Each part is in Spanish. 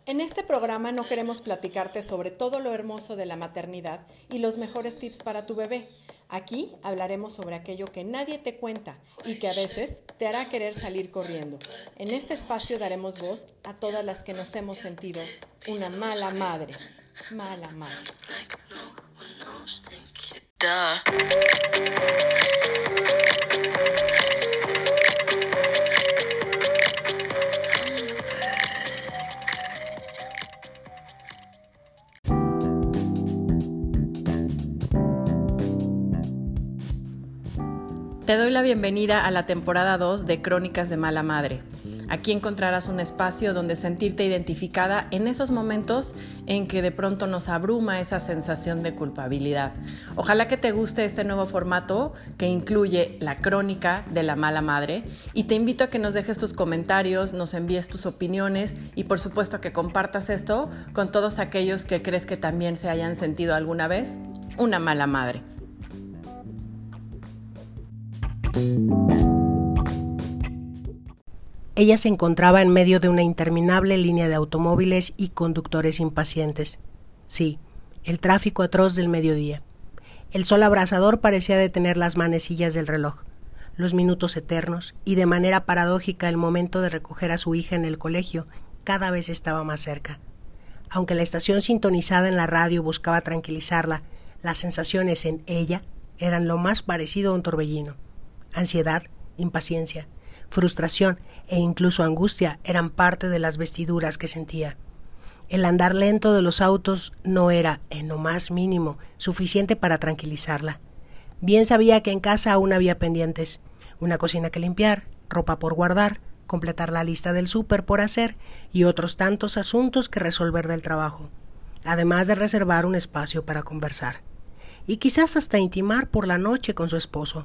En este programa no queremos platicarte sobre todo lo hermoso de la maternidad y los mejores tips para tu bebé. Aquí hablaremos sobre aquello que nadie te cuenta y que a veces te hará querer salir corriendo. En este espacio daremos voz a todas las que nos hemos sentido una mala madre. Mala madre. Te doy la bienvenida a la temporada 2 de Crónicas de Mala Madre. Aquí encontrarás un espacio donde sentirte identificada en esos momentos en que de pronto nos abruma esa sensación de culpabilidad. Ojalá que te guste este nuevo formato que incluye la crónica de la mala madre y te invito a que nos dejes tus comentarios, nos envíes tus opiniones y por supuesto que compartas esto con todos aquellos que crees que también se hayan sentido alguna vez una mala madre. Ella se encontraba en medio de una interminable línea de automóviles y conductores impacientes. Sí, el tráfico atroz del mediodía. El sol abrasador parecía detener las manecillas del reloj, los minutos eternos, y de manera paradójica el momento de recoger a su hija en el colegio cada vez estaba más cerca. Aunque la estación sintonizada en la radio buscaba tranquilizarla, las sensaciones en ella eran lo más parecido a un torbellino. Ansiedad, impaciencia, frustración e incluso angustia eran parte de las vestiduras que sentía. El andar lento de los autos no era, en lo más mínimo, suficiente para tranquilizarla. Bien sabía que en casa aún había pendientes, una cocina que limpiar, ropa por guardar, completar la lista del súper por hacer y otros tantos asuntos que resolver del trabajo, además de reservar un espacio para conversar. Y quizás hasta intimar por la noche con su esposo.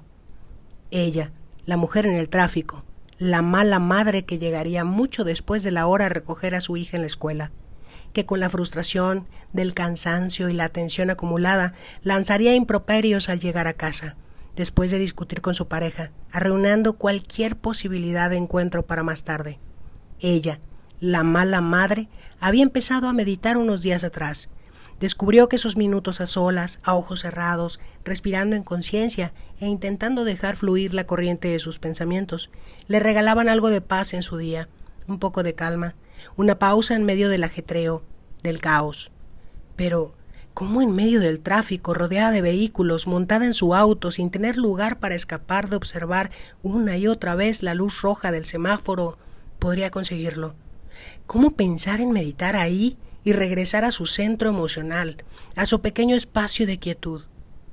Ella, la mujer en el tráfico, la mala madre que llegaría mucho después de la hora a recoger a su hija en la escuela, que con la frustración, del cansancio y la tensión acumulada lanzaría improperios al llegar a casa, después de discutir con su pareja, arruinando cualquier posibilidad de encuentro para más tarde. Ella, la mala madre, había empezado a meditar unos días atrás. Descubrió que esos minutos a solas, a ojos cerrados, respirando en conciencia e intentando dejar fluir la corriente de sus pensamientos, le regalaban algo de paz en su día, un poco de calma, una pausa en medio del ajetreo, del caos. Pero, ¿cómo en medio del tráfico, rodeada de vehículos, montada en su auto, sin tener lugar para escapar de observar una y otra vez la luz roja del semáforo, podría conseguirlo? ¿Cómo pensar en meditar ahí y regresar a su centro emocional, a su pequeño espacio de quietud?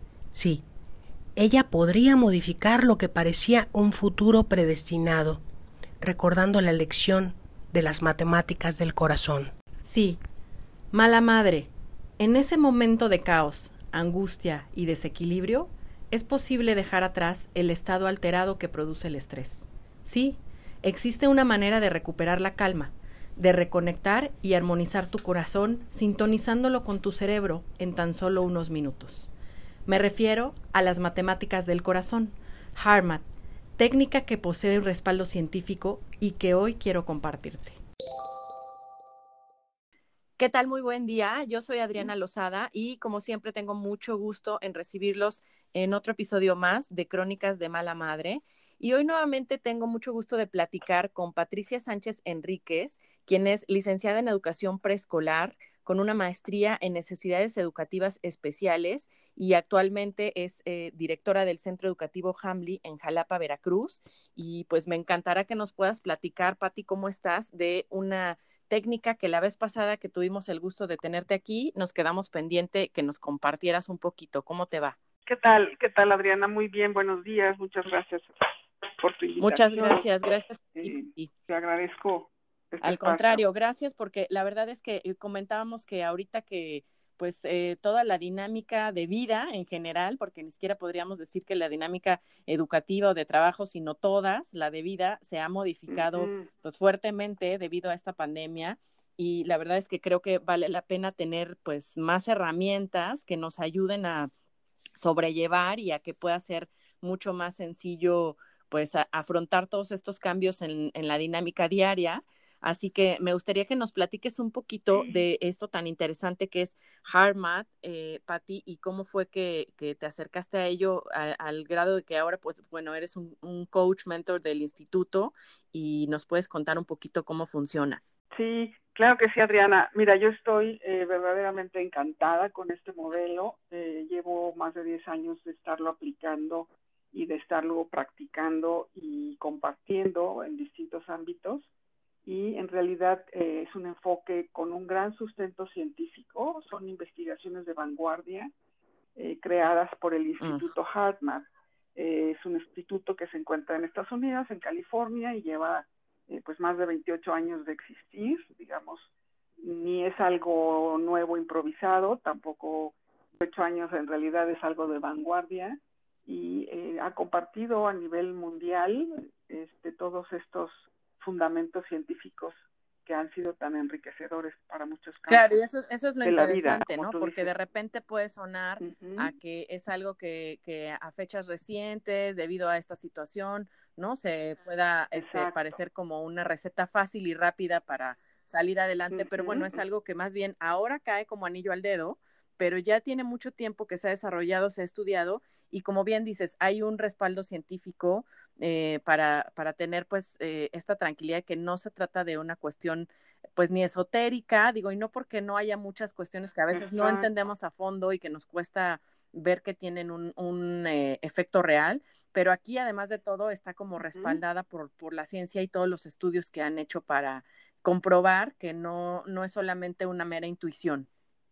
Sí, ella podría modificar lo que parecía un futuro predestinado, recordando la lección de las matemáticas del corazón. Sí, mala madre, en ese momento de caos, angustia y desequilibrio, es posible dejar atrás el estado alterado que produce el estrés. Sí, existe una manera de recuperar la calma, de reconectar y armonizar tu corazón sintonizándolo con tu cerebro en tan solo unos minutos. Me refiero a las matemáticas del corazón, HeartMath, técnica que posee un respaldo científico y que hoy quiero compartirte. ¿Qué tal? Muy buen día. Yo soy Adriana Lozada y como siempre tengo mucho gusto en recibirlos en otro episodio más de Crónicas de Mala Madre. Y hoy nuevamente tengo mucho gusto de platicar con Patricia Sánchez Enríquez, quien es licenciada en Educación Preescolar, con una maestría en Necesidades Educativas Especiales y actualmente es directora del Centro Educativo Hamli en Jalapa, Veracruz. Y pues me encantará que nos puedas platicar, Pati, ¿cómo estás? De una técnica que la vez pasada que tuvimos el gusto de tenerte aquí, nos quedamos pendiente que nos compartieras un poquito. ¿Cómo te va? ¿Qué tal? ¿Qué tal, Adriana? Muy bien, buenos días. Muchas gracias por tu invitación. Muchas gracias. Te agradezco este Al espacio. contrario, gracias porque la verdad es que comentábamos que ahorita que pues toda la dinámica de vida en general, porque ni siquiera podríamos decir que la dinámica educativa o de trabajo, sino todas, la de vida se ha modificado pues fuertemente debido a esta pandemia y la verdad es que creo que vale la pena tener pues más herramientas que nos ayuden a sobrellevar y a que pueda ser mucho más sencillo pues afrontar todos estos cambios en la dinámica diaria. Así que me gustaría que nos platiques un poquito de esto tan interesante que es HeartMath, Patti, y cómo fue que te acercaste a ello al grado de que ahora, pues, bueno, eres un coach mentor del instituto y nos puedes contar un poquito cómo funciona. Sí, claro que sí, Adriana. Mira, yo estoy verdaderamente encantada con este modelo. Llevo más de 10 años de estarlo aplicando y de estarlo practicando y compartiendo en distintos ámbitos. Y en realidad es un enfoque con un gran sustento científico. Son investigaciones de vanguardia creadas por el Instituto HeartMath. Es un instituto que se encuentra en Estados Unidos, en California, y lleva pues más de 28 años de existir, digamos, ni es algo nuevo improvisado, tampoco 8 años en realidad es algo de vanguardia, y ha compartido a nivel mundial todos estos fundamentos científicos que han sido tan enriquecedores para muchos campos. Claro, y eso es lo de la vida, interesante, como ¿no? tú Porque dices. de repente puede sonar a que es algo que a fechas recientes, debido a esta situación, ¿no? Se pueda parecer como una receta fácil y rápida para salir adelante, pero bueno, es algo que más bien ahora cae como anillo al dedo, pero ya tiene mucho tiempo que se ha desarrollado, se ha estudiado, y como bien dices, hay un respaldo científico para tener pues esta tranquilidad de que no se trata de una cuestión pues ni esotérica, digo, y no porque no haya muchas cuestiones que a veces no entendemos a fondo y que nos cuesta ver que tienen un efecto real, pero aquí además de todo está como respaldada por la ciencia y todos los estudios que han hecho para comprobar que no es solamente una mera intuición.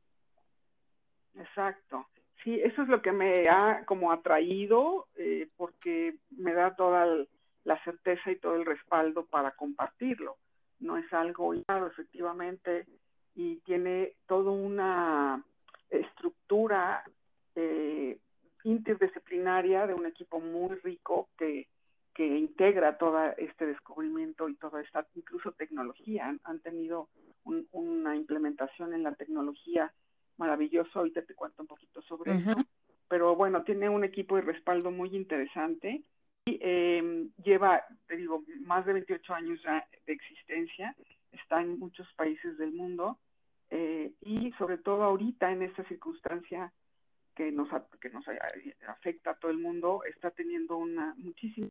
Exacto. Sí, eso es lo que me ha como atraído, porque me da toda la certeza y todo el respaldo para compartirlo. No es algo claro, efectivamente, y tiene toda una estructura interdisciplinaria de un equipo muy rico que integra todo este descubrimiento y toda esta, incluso tecnología. Han tenido una implementación en la tecnología maravilloso. Ahorita te cuento un poquito sobre eso. Pero bueno, tiene un equipo de respaldo muy interesante y lleva, te digo, más de 28 años ya de existencia, está en muchos países del mundo y sobre todo ahorita en esta circunstancia que nos afecta a todo el mundo, está teniendo una muchísima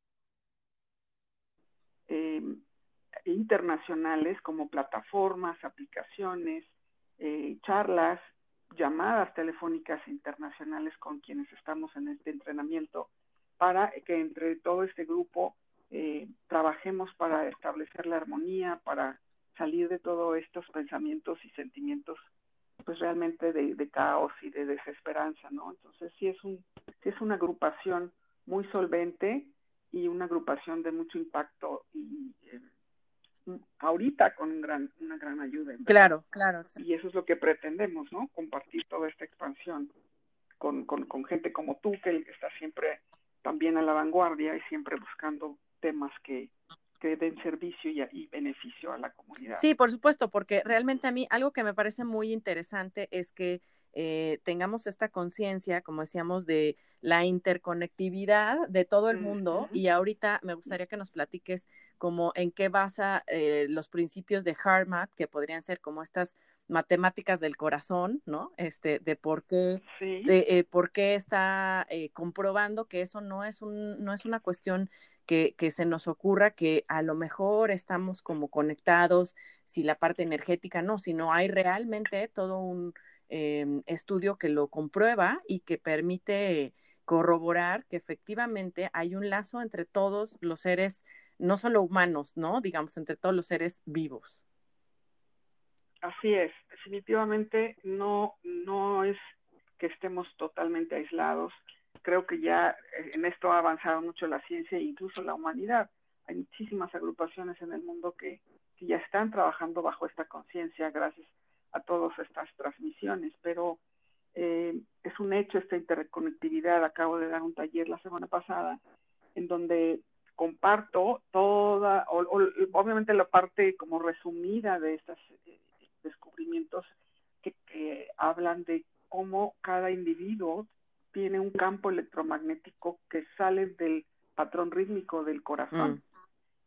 internacionales como plataformas, aplicaciones, charlas, llamadas telefónicas internacionales con quienes estamos en este entrenamiento para que entre todo este grupo trabajemos para establecer la armonía, para salir de todos estos pensamientos y sentimientos pues realmente de caos y de desesperanza, ¿no? Entonces sí es una agrupación muy solvente y una agrupación de mucho impacto y ahorita con una gran ayuda. Claro, claro. Y eso es lo que pretendemos, ¿no? Compartir toda esta expansión con gente como tú, que está siempre también a la vanguardia y siempre buscando temas que den servicio y beneficio a la comunidad. Sí, por supuesto, porque realmente a mí algo que me parece muy interesante es que tengamos esta conciencia, como decíamos, de la interconectividad de todo el mundo, y ahorita me gustaría que nos platiques como en qué basa los principios de HeartMath, que podrían ser como estas matemáticas del corazón, ¿no? De por qué está comprobando que eso no es una cuestión que se nos ocurra que a lo mejor estamos como conectados, si la parte energética no, sino hay realmente todo un estudio que lo comprueba y que permite corroborar que efectivamente hay un lazo entre todos los seres, no solo humanos, ¿no? Digamos, entre todos los seres vivos. Así es, definitivamente no es que estemos totalmente aislados. Creo que ya en esto ha avanzado mucho la ciencia e incluso la humanidad. Hay muchísimas agrupaciones en el mundo que ya están trabajando bajo esta conciencia gracias a todas estas transmisiones, pero es un hecho esta interconectividad. Acabo de dar un taller la semana pasada en donde comparto toda, obviamente la parte como resumida de estos descubrimientos que hablan de cómo cada individuo tiene un campo electromagnético que sale del patrón rítmico del corazón.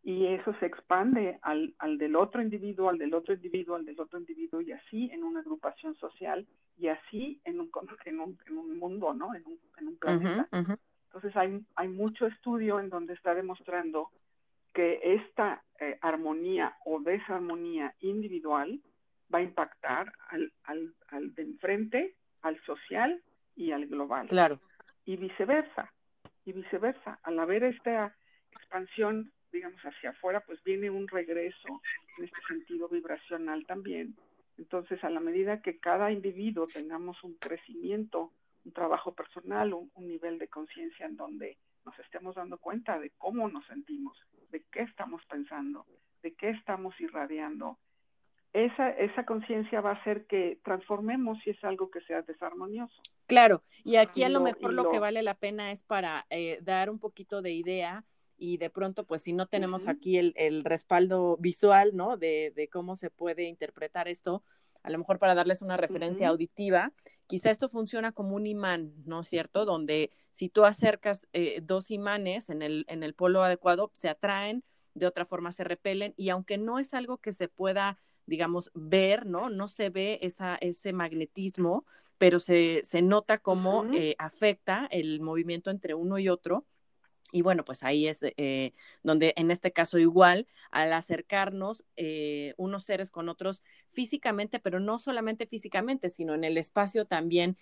y eso se expande al del otro individuo, al del otro individuo, al del otro individuo, y así en una agrupación social, y así en un mundo, ¿no? En un planeta. Uh-huh. Entonces hay mucho estudio en donde está demostrando que esta armonía o desarmonía individual va a impactar al de enfrente, al social y al global. Claro. Y viceversa. Al haber esta expansión, digamos, hacia afuera, pues viene un regreso en este sentido vibracional también. Entonces, a la medida que cada individuo tengamos un crecimiento, un trabajo personal, un nivel de conciencia en donde nos estemos dando cuenta de cómo nos sentimos, de qué estamos pensando, de qué estamos irradiando, esa conciencia va a hacer que transformemos si es algo que sea desarmonioso. Claro, y aquí a lo mejor lo que vale la pena es para dar un poquito de idea y de pronto, pues si no tenemos aquí el respaldo visual, ¿no? De cómo se puede interpretar esto, a lo mejor para darles una referencia auditiva, quizá esto funciona como un imán, ¿no es cierto? Donde si tú acercas dos imanes en el polo adecuado, se atraen, de otra forma se repelen, y aunque no es algo que se pueda, digamos, ver, ¿no? No se ve ese magnetismo, pero se nota cómo afecta el movimiento entre uno y otro. Y bueno, pues ahí es donde en este caso igual, al acercarnos unos seres con otros físicamente, pero no solamente físicamente, sino en el espacio también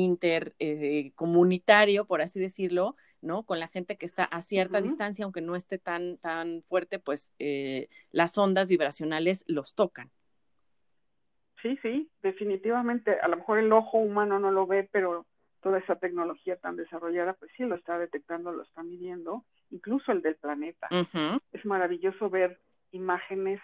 intercomunitario, por así decirlo, ¿no? Con la gente que está a cierta distancia, aunque no esté tan fuerte, pues las ondas vibracionales los tocan. Sí, definitivamente. A lo mejor el ojo humano no lo ve, pero toda esa tecnología tan desarrollada, pues sí lo está detectando, lo está midiendo, incluso el del planeta. Es maravilloso ver imágenes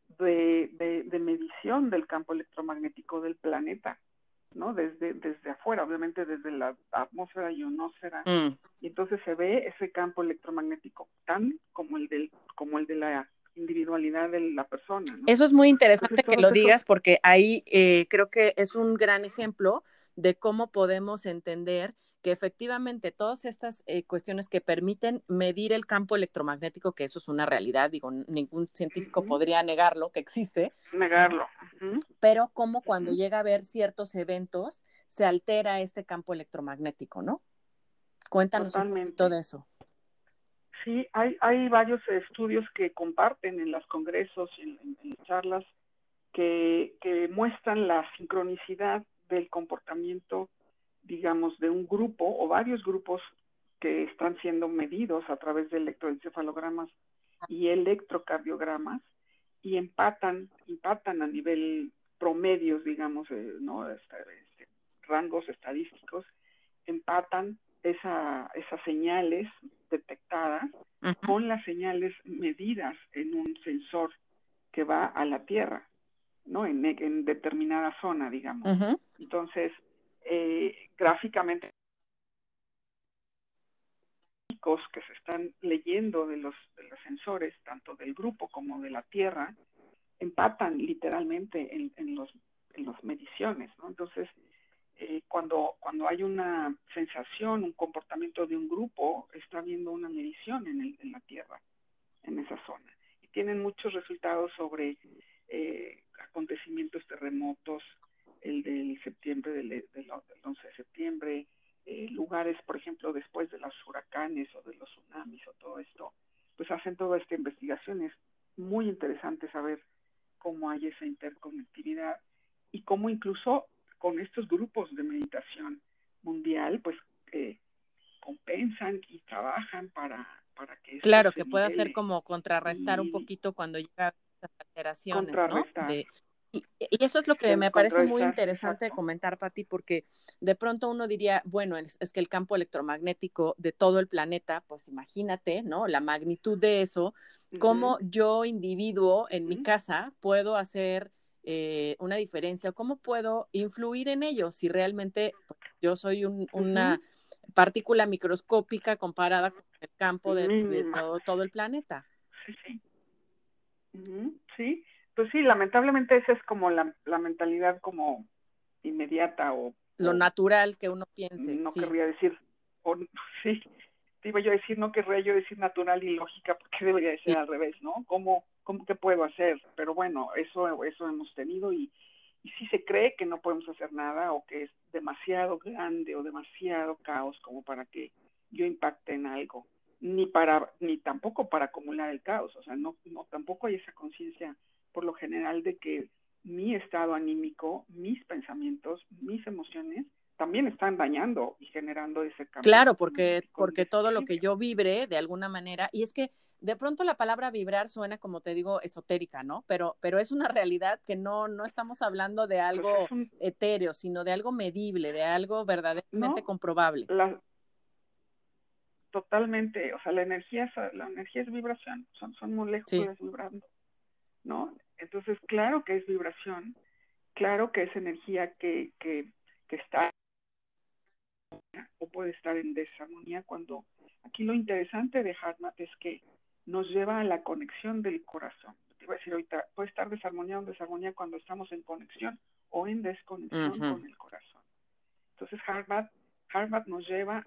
de medición del campo electromagnético del planeta, ¿no? Desde afuera, obviamente desde la atmósfera y ionosfera. Y entonces se ve ese campo electromagnético tan como el de la individualidad de la persona, ¿no? Eso es muy interesante. Entonces, que lo digas, porque ahí creo que es un gran ejemplo de cómo podemos entender que efectivamente todas estas cuestiones que permiten medir el campo electromagnético, que eso es una realidad, digo, ningún científico podría negarlo, que existe. Negarlo. Pero cómo cuando llega a haber ciertos eventos se altera este campo electromagnético, ¿no? Cuéntanos un poquito de eso. Sí, hay varios estudios que comparten en los congresos y en charlas que muestran la sincronicidad del comportamiento, digamos, de un grupo o varios grupos que están siendo medidos a través de electroencefalogramas y electrocardiogramas y empatan a nivel promedios, digamos, ¿no? Rangos estadísticos, empatan esas señales detectadas con las señales medidas en un sensor que va a la Tierra, ¿no? En determinada zona, digamos. Entonces, gráficamente, que se están leyendo de los sensores, tanto del grupo como de la Tierra, empatan literalmente en las mediciones, ¿no? Entonces, cuando hay una sensación, un comportamiento de un grupo, está habiendo una medición en la Tierra, en esa zona. Y tienen muchos resultados sobre acontecimientos terremotos, el del septiembre, del 11 de septiembre, lugares, por ejemplo, después de los huracanes o de los tsunamis o todo esto, pues hacen toda esta investigación. Es muy interesante saber cómo hay esa interconectividad y cómo incluso con estos grupos de meditación mundial, pues compensan y trabajan para que esto claro, se que pueda nivele. ser como contrarrestar un poquito cuando llega a estas alteraciones, ¿no? Y eso es lo que me parece muy interesante de comentar, Pati, porque de pronto uno diría, bueno, es que el campo electromagnético de todo el planeta, pues imagínate, ¿no? La magnitud de eso, cómo yo, individuo, en mi casa, puedo hacer una diferencia, cómo puedo influir en ello, si realmente pues, yo soy una partícula microscópica comparada con el campo de todo el planeta. Sí. Sí, pues sí, lamentablemente esa es como la mentalidad como inmediata lo natural que uno piense. No sí. querría decir, sí, te iba yo a decir, no querría yo decir natural y lógica, porque debería de ser al revés, ¿no? ¿Cómo qué puedo hacer? Pero bueno, eso hemos tenido y si se cree que no podemos hacer nada o que es demasiado grande o demasiado caos como para que yo impacte en algo, ni tampoco para acumular el caos, o sea, no tampoco hay esa conciencia por lo general de que mi estado anímico, mis pensamientos, mis emociones también están dañando y generando ese cambio Claro, electromagnético y porque todo lo que desequilibrio. yo vibre de alguna manera, y es que de pronto la palabra vibrar suena, como te digo, esotérica, ¿no? Pero es una realidad que no estamos hablando de Pues algo etéreo, sino de algo medible, de algo verdaderamente no, comprobable. totalmente, o sea, la energía es vibración, son Sí. moléculas vibrando, ¿no? Entonces, claro que es vibración, claro que es energía que está o puede estar en desarmonía cuando aquí lo interesante de HeartMath es que nos lleva a la conexión del corazón. Te iba a decir ahorita, puede estar desarmonía o en desarmonía cuando estamos en conexión o en desconexión Ujú. con el corazón. Entonces HeartMath nos lleva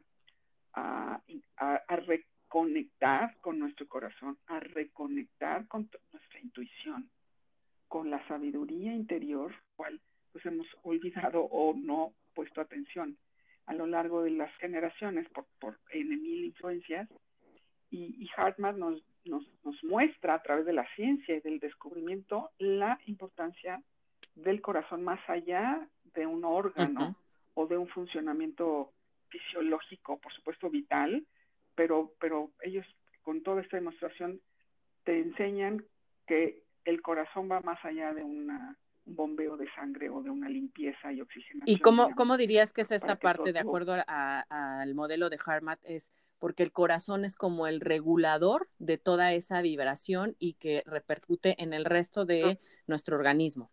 a reconectar con nuestro corazón, a reconectar con nuestra intuición, con la sabiduría interior, cual pues hemos olvidado o no puesto atención a lo largo de las generaciones por N mil influencias, y HeartMath nos muestra a través de la ciencia y del descubrimiento la importancia del corazón más allá de un Ujú. órgano o de un funcionamiento fisiológico, por supuesto vital, pero ellos con toda esta demostración te enseñan que el corazón va más allá de un bombeo de sangre o de una limpieza y ¿Y oxigenación, cómo digamos, dirías que es para esta que todo parte de tu... acuerdo al modelo de Harmat? Es porque el corazón es como el regulador de toda esa vibración y que repercute en el resto de nuestro organismo.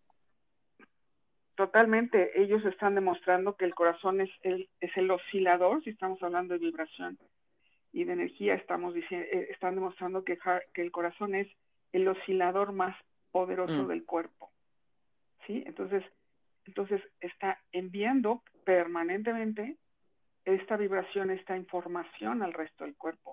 Totalmente, ellos están demostrando que el corazón es el oscilador, si estamos hablando de vibración y de energía, están demostrando que el corazón es el oscilador más poderoso Mm. del cuerpo, ¿sí? Entonces está enviando permanentemente esta vibración, esta información al resto del cuerpo,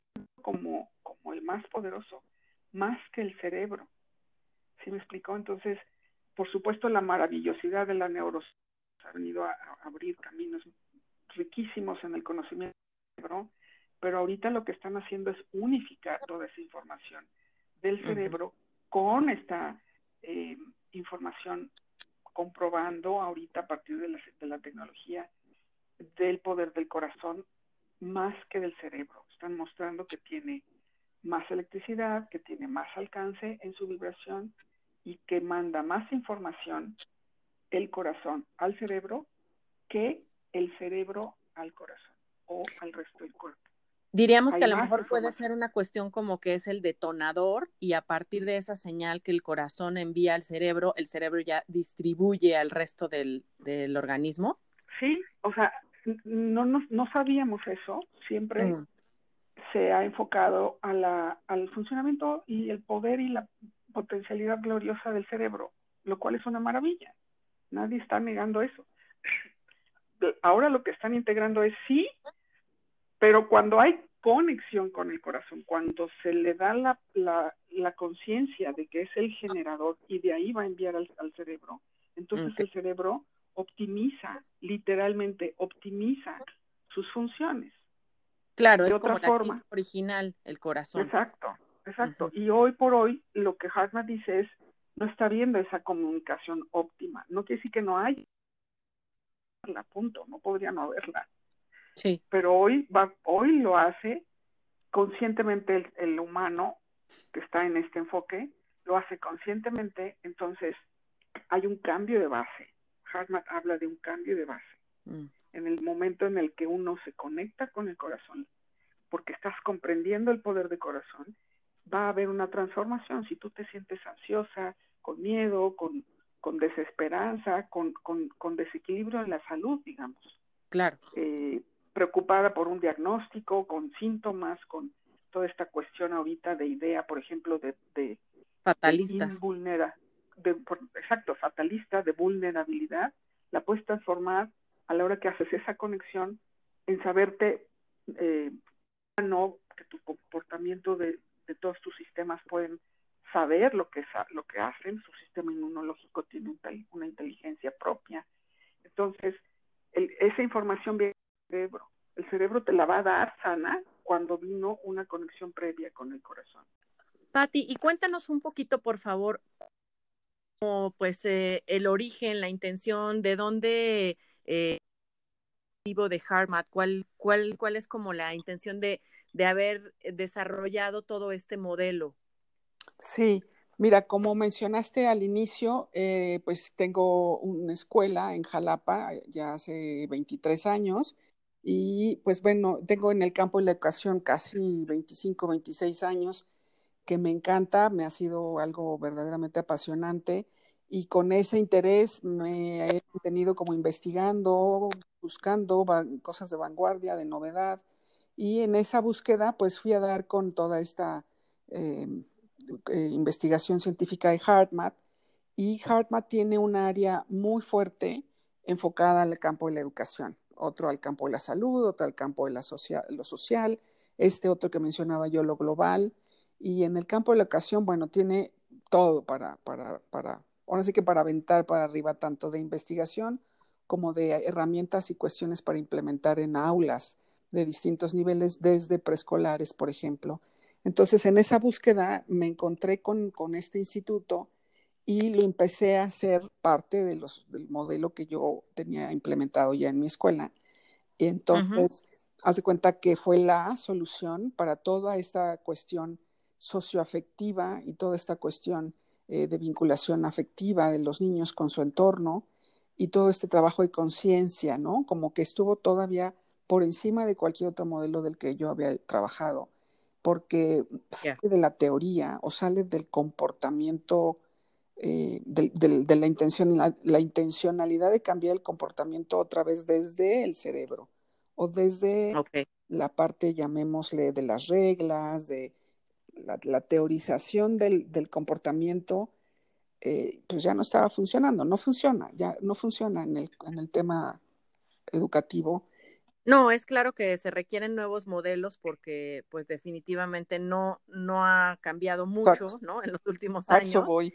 como el más poderoso, más que el cerebro. ¿Sí me explicó? Entonces, por supuesto, la maravillosidad de la neurociencia ha venido a abrir caminos riquísimos en el conocimiento del cerebro, pero ahorita lo que están haciendo es unificar toda esa información del Ujú. cerebro con esta información, comprobando ahorita a partir de la tecnología del poder del corazón más que del cerebro. Están mostrando que tiene más electricidad, que tiene más alcance en su vibración y que manda más información el corazón al cerebro que el cerebro al corazón o al resto del cuerpo. Diríamos que Hay a lo más mejor puede ser información. una cuestión como que es el detonador y a partir de esa señal que el corazón envía al cerebro, el cerebro ya distribuye al resto del organismo. Sí, o sea, no sabíamos eso, siempre Mm. se ha enfocado al funcionamiento y el poder y la potencialidad gloriosa del cerebro, lo cual es una maravilla. Nadie está negando eso. Ahora lo que están integrando es sí, pero cuando hay conexión con el corazón, cuando se le da la conciencia de que es el generador y de ahí va a enviar al cerebro, entonces Okay. el cerebro optimiza, literalmente optimiza sus funciones. Claro, De es otra como la forma, chispa original, el corazón. exacto, exacto. Ujú. Y hoy por hoy lo que Hartman dice es, no está viendo esa comunicación óptima. No quiere decir que no hay, punto, no podría no haberla. Sí. Pero hoy lo hace conscientemente el humano que está en este enfoque, lo hace conscientemente, entonces hay un cambio de base. Hartman habla de un cambio de base. Mm. En el momento en el que uno se conecta con el corazón, porque estás comprendiendo el poder del corazón, va a haber una transformación. Si tú te sientes ansiosa, con miedo, con desesperanza, con desequilibrio en la salud, digamos, Claro. preocupada por un diagnóstico, con síntomas, con toda esta cuestión ahorita de idea, por ejemplo, de Fatalista. invulnera, exacto, fatalista, de vulnerabilidad, la puedes transformar a la hora que haces esa conexión en saberte no, que tu comportamiento de todos tus sistemas pueden saber lo que hacen, su sistema inmunológico tiene una inteligencia propia. Entonces, esa información viene del cerebro. El cerebro te la va a dar sana cuando vino una conexión previa con el corazón. Patti, y cuéntanos un poquito, por favor, como, pues el origen, la intención, de dónde de HeartMath, cuál es como la intención de haber desarrollado todo este modelo. Sí, mira, como mencionaste al inicio, pues tengo una escuela en Jalapa ya hace 23 años y pues bueno, tengo en el campo de la educación casi 25, 26 años, que me encanta, me ha sido algo verdaderamente apasionante y con ese interés me he tenido como investigando, buscando cosas de vanguardia, de novedad, y en esa búsqueda pues fui a dar con toda esta eh, investigación científica de HeartMath, y HeartMath tiene un área muy fuerte enfocada al campo de la educación, otro al campo de la salud, otro al campo de lo social, este otro que mencionaba yo, lo global, y en el campo de la educación, bueno, tiene todo ahora sí que para aventar para arriba, tanto de investigación como de herramientas y cuestiones para implementar en aulas de distintos niveles, desde preescolares, por ejemplo. Entonces, en esa búsqueda me encontré con este instituto y lo empecé a hacer parte del modelo que yo tenía implementado ya en mi escuela. Y entonces, haz de cuenta que fue la solución para toda esta cuestión socioafectiva y toda esta cuestión de vinculación afectiva de los niños con su entorno y todo este trabajo de conciencia, ¿no? Como que estuvo todavía por encima de cualquier otro modelo del que yo había trabajado, porque sale de la teoría o sale del comportamiento, de la intencionalidad de cambiar el comportamiento otra vez desde el cerebro o desde la parte, llamémosle, de las reglas, de la teorización del comportamiento, pues ya no estaba funcionando, ya no funciona en el tema educativo. No, es claro que se requieren nuevos modelos porque pues definitivamente no ha cambiado mucho, Exacto. ¿no? En los últimos A eso años. voy.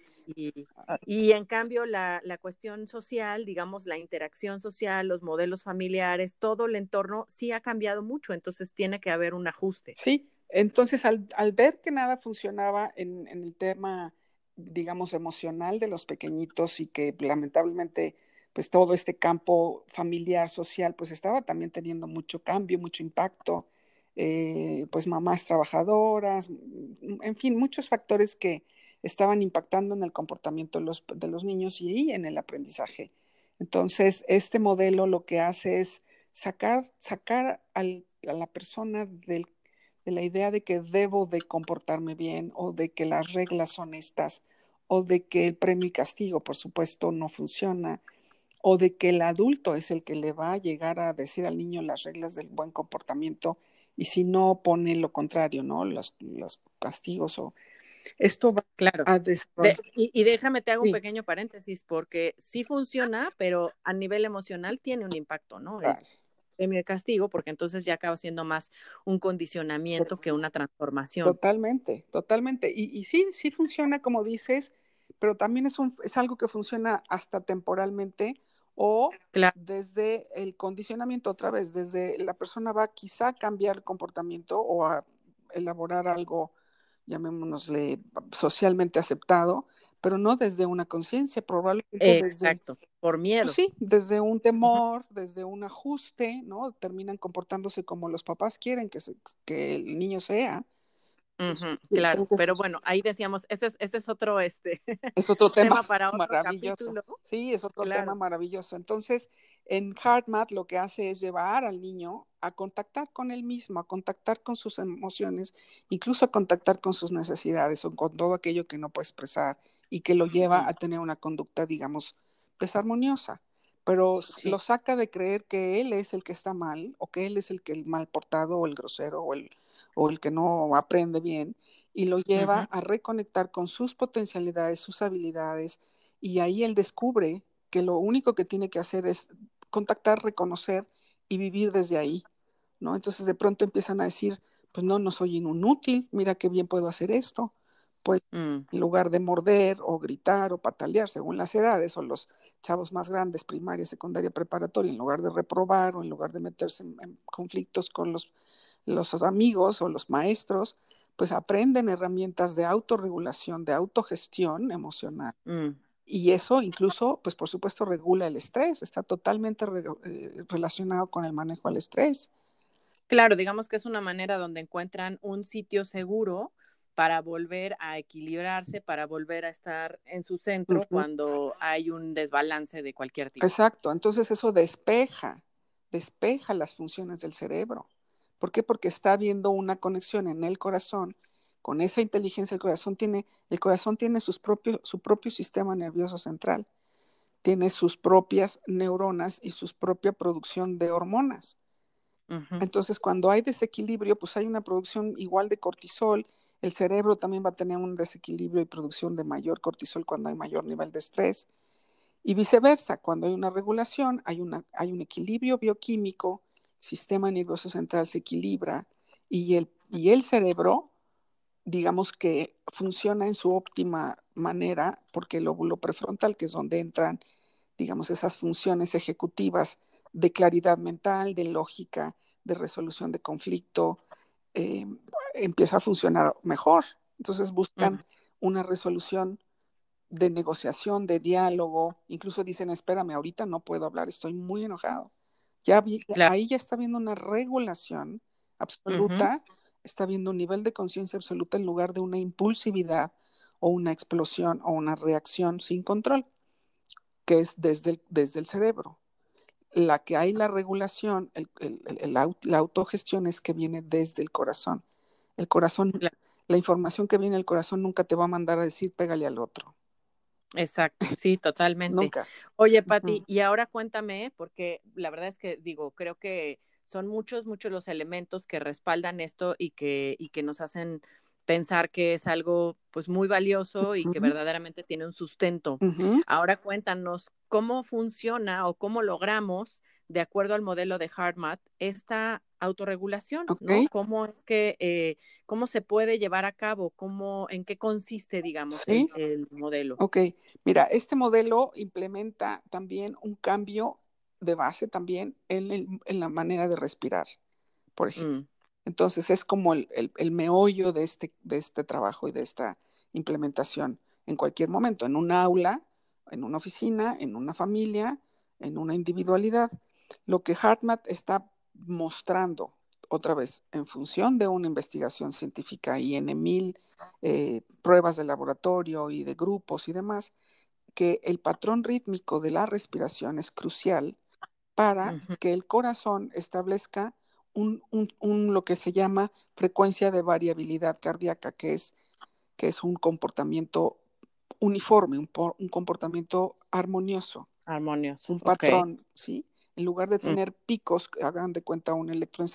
Y en cambio la cuestión social, digamos, la interacción social, los modelos familiares, todo el entorno sí ha cambiado mucho, entonces tiene que haber un ajuste. Sí, entonces al ver que nada funcionaba en el tema, digamos, emocional de los pequeñitos y que lamentablemente pues todo este campo familiar, social, pues estaba también teniendo mucho cambio, mucho impacto, pues mamás trabajadoras, en fin, muchos factores que estaban impactando en el comportamiento de los niños y en el aprendizaje. Entonces, este modelo lo que hace es sacar a la persona de la idea de que debo de comportarme bien o de que las reglas son estas o de que el premio y castigo, por supuesto, no funciona o de que el adulto es el que le va a llegar a decir al niño las reglas del buen comportamiento y si no pone lo contrario, ¿no? Los castigos o esto va a desarrollar. Y déjame te hago un Sí. pequeño paréntesis porque sí funciona, pero a nivel emocional tiene un impacto, ¿no? El premio y castigo, porque entonces ya acaba siendo más un condicionamiento que una transformación. Totalmente, totalmente. Y sí, sí funciona como dices, pero también es algo que funciona hasta temporalmente o desde el condicionamiento otra vez, desde la persona va quizá a cambiar el comportamiento o a elaborar algo, llamémosle, socialmente aceptado, pero no desde una conciencia, probablemente Exacto, por miedo. Pues sí, desde un temor, desde un ajuste, ¿no? Terminan comportándose como los papás quieren que el niño sea. Claro, pero bueno, ahí decíamos, ese es otro es otro tema para otro maravilloso. capítulo. Sí, es otro tema maravilloso. Entonces, en HeartMath lo que hace es llevar al niño a contactar con él mismo, a contactar con sus emociones, incluso a contactar con sus necesidades o con todo aquello que no puede expresar y que lo lleva a tener una conducta, digamos, desarmoniosa. Pero lo saca de creer que él es el que está mal o que él es el mal portado o el grosero o el que no aprende bien, y lo lleva a reconectar con sus potencialidades, sus habilidades, y ahí él descubre que lo único que tiene que hacer es contactar, reconocer y vivir desde ahí, ¿no? Entonces de pronto empiezan a decir, pues no soy inútil, mira qué bien puedo hacer esto. Pues en lugar de morder o gritar o patalear según las edades o los chavos más grandes, primaria, secundaria, preparatoria, en lugar de reprobar o en lugar de meterse en conflictos con los amigos o los maestros, pues aprenden herramientas de autorregulación, de autogestión emocional. Y eso incluso, pues por supuesto, regula el estrés, está totalmente relacionado con el manejo del estrés. Claro, digamos que es una manera donde encuentran un sitio seguro para volver a equilibrarse, para volver a estar en su centro cuando hay un desbalance de cualquier tipo. Exacto, entonces eso despeja las funciones del cerebro. ¿Por qué? Porque está habiendo una conexión en el corazón, con esa inteligencia. El corazón tiene su propio sistema nervioso central, tiene sus propias neuronas y su propia producción de hormonas. Entonces, cuando hay desequilibrio, pues hay una producción igual de cortisol. El cerebro también va a tener un desequilibrio y producción de mayor cortisol cuando hay mayor nivel de estrés. Y viceversa, cuando hay una regulación, hay un equilibrio bioquímico, el sistema nervioso central se equilibra y el cerebro, digamos que funciona en su óptima manera, porque el lóbulo prefrontal, que es donde entran, digamos, esas funciones ejecutivas de claridad mental, de lógica, de resolución de conflicto, empieza a funcionar mejor. Entonces buscan una resolución de negociación, de diálogo, incluso dicen, espérame, ahorita no puedo hablar, estoy muy enojado. Claro. Ahí ya está viendo una regulación absoluta, está viendo un nivel de conciencia absoluta en lugar de una impulsividad o una explosión o una reacción sin control, que es desde el cerebro. La que hay la regulación, la autogestión es que viene desde el corazón. El corazón, Claro. la información que viene del corazón nunca te va a mandar a decir pégale al otro. Exacto, sí, totalmente. Nunca. Oye, Pati, y ahora cuéntame, porque la verdad es que digo, creo que son muchos los elementos que respaldan esto y que nos hacen pensar que es algo pues muy valioso y que verdaderamente tiene un sustento. Ahora cuéntanos cómo funciona o cómo logramos, de acuerdo al modelo de HeartMath, esta autorregulación, ¿no? ¿Cómo es que cómo se puede llevar a cabo? ¿En qué consiste, digamos, ¿Sí? el modelo? Ok, mira, este modelo implementa también un cambio de base también en la manera de respirar, por ejemplo. Entonces es como el meollo de este trabajo y de esta implementación en cualquier momento, en un aula, en una oficina, en una familia, en una individualidad. Lo que HeartMath está mostrando, otra vez, en función de una investigación científica y en mil pruebas de laboratorio y de grupos y demás, que el patrón rítmico de la respiración es crucial para que el corazón establezca lo que se llama frecuencia de variabilidad cardíaca, que es un comportamiento uniforme, un comportamiento armonioso. Armonioso. Un patrón, ¿sí? En lugar de tener picos, hagan de cuenta un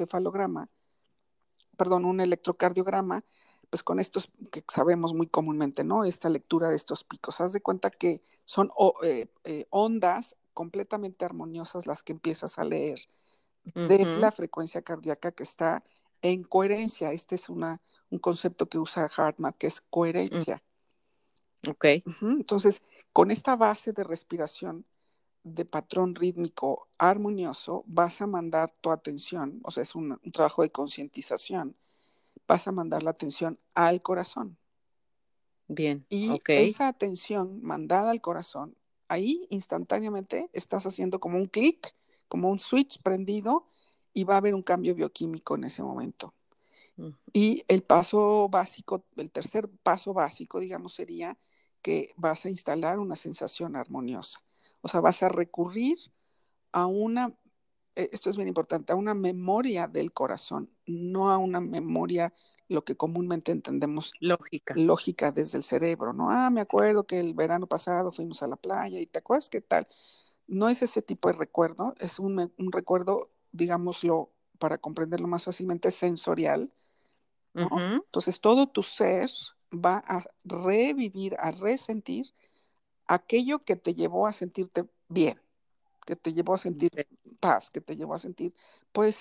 un electrocardiograma, pues con estos que sabemos muy comúnmente, ¿no? Esta lectura de estos picos. Haz de cuenta que son ondas completamente armoniosas las que empiezas a leer de la frecuencia cardíaca que está en coherencia. Este es un concepto que usa HeartMath, que es coherencia. Entonces, con esta base de respiración de patrón rítmico armonioso, vas a mandar tu atención, o sea, es un trabajo de concientización, vas a mandar la atención al corazón. Bien, y esa atención mandada al corazón, ahí instantáneamente estás haciendo como un clic, como un switch prendido, y va a haber un cambio bioquímico en ese momento. Y el paso básico, el tercer paso básico, digamos, sería que vas a instalar una sensación armoniosa. O sea, vas a recurrir a esto es bien importante, a una memoria del corazón, no a una memoria, lo que comúnmente entendemos lógica desde el cerebro, ¿no? Me acuerdo que el verano pasado fuimos a la playa y ¿te acuerdas qué tal? No es ese tipo de recuerdo, es un recuerdo, digámoslo, para comprenderlo más fácilmente, sensorial, ¿no? Entonces todo tu ser va a revivir, a resentir aquello que te llevó a sentirte bien, que te llevó a sentir paz, que te llevó a sentir, puede ser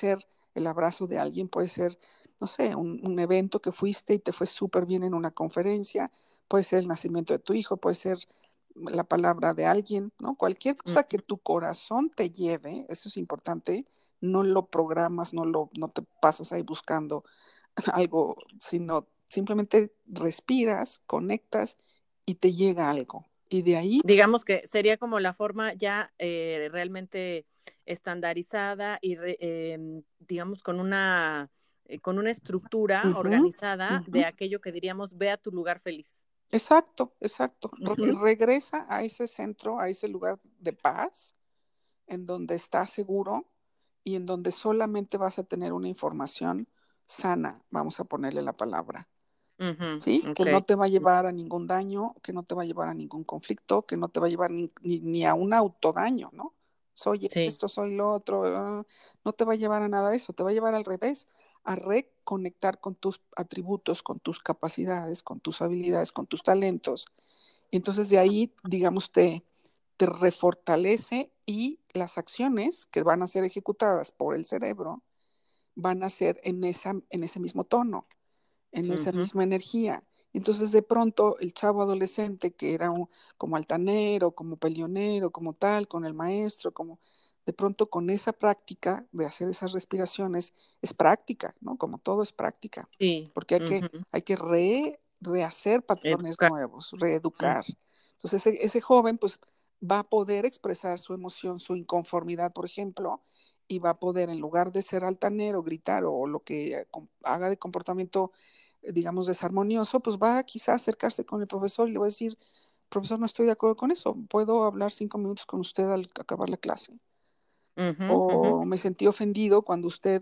el abrazo de alguien, puede ser, no sé, un evento que fuiste y te fue súper bien en una conferencia, puede ser el nacimiento de tu hijo, puede ser la palabra de alguien, ¿no? Cualquier cosa que tu corazón te lleve, eso es importante, no lo programas, no te pasas ahí buscando algo, sino simplemente respiras, conectas y te llega algo. Y de ahí, Digamos que sería como la forma ya realmente estandarizada y digamos con una estructura ujú, organizada de ujú. aquello que diríamos, ve a tu lugar feliz. Exacto, exacto. Ujú, Regresa a ese centro, a ese lugar de paz, en donde estás seguro y en donde solamente vas a tener una información sana, vamos a ponerle la palabra. ujú, ¿Sí? Que ok, no te va a llevar a ningún daño, que no te va a llevar a ningún conflicto, que no te va a llevar ni a un autodaño, ¿no? Soy sí, esto, soy lo otro, no te va a llevar a nada de eso, te va a llevar al revés, a reconectar con tus atributos, con tus capacidades, con tus habilidades, con tus talentos. Y entonces de ahí, digamos, te refortalece y las acciones que van a ser ejecutadas por el cerebro van a ser en ese mismo tono, en esa ujú, misma energía. Entonces, de pronto, el chavo adolescente que era como altanero, como peleonero, como tal, con el maestro, como de pronto con esa práctica de hacer esas respiraciones, es práctica, ¿no? Como todo es práctica, sí, porque ujú, hay que rehacer patrones educar, nuevos, mm, reeducar. Entonces, ese joven, pues, va a poder expresar su emoción, su inconformidad, por ejemplo, y va a poder, en lugar de ser altanero, gritar o lo que haga de comportamiento digamos, desarmonioso, pues va a quizá acercarse con el profesor y le va a decir, profesor, no estoy de acuerdo con eso, ¿puedo hablar 5 minutos con usted al acabar la clase? ujú, ujú. O me sentí ofendido cuando usted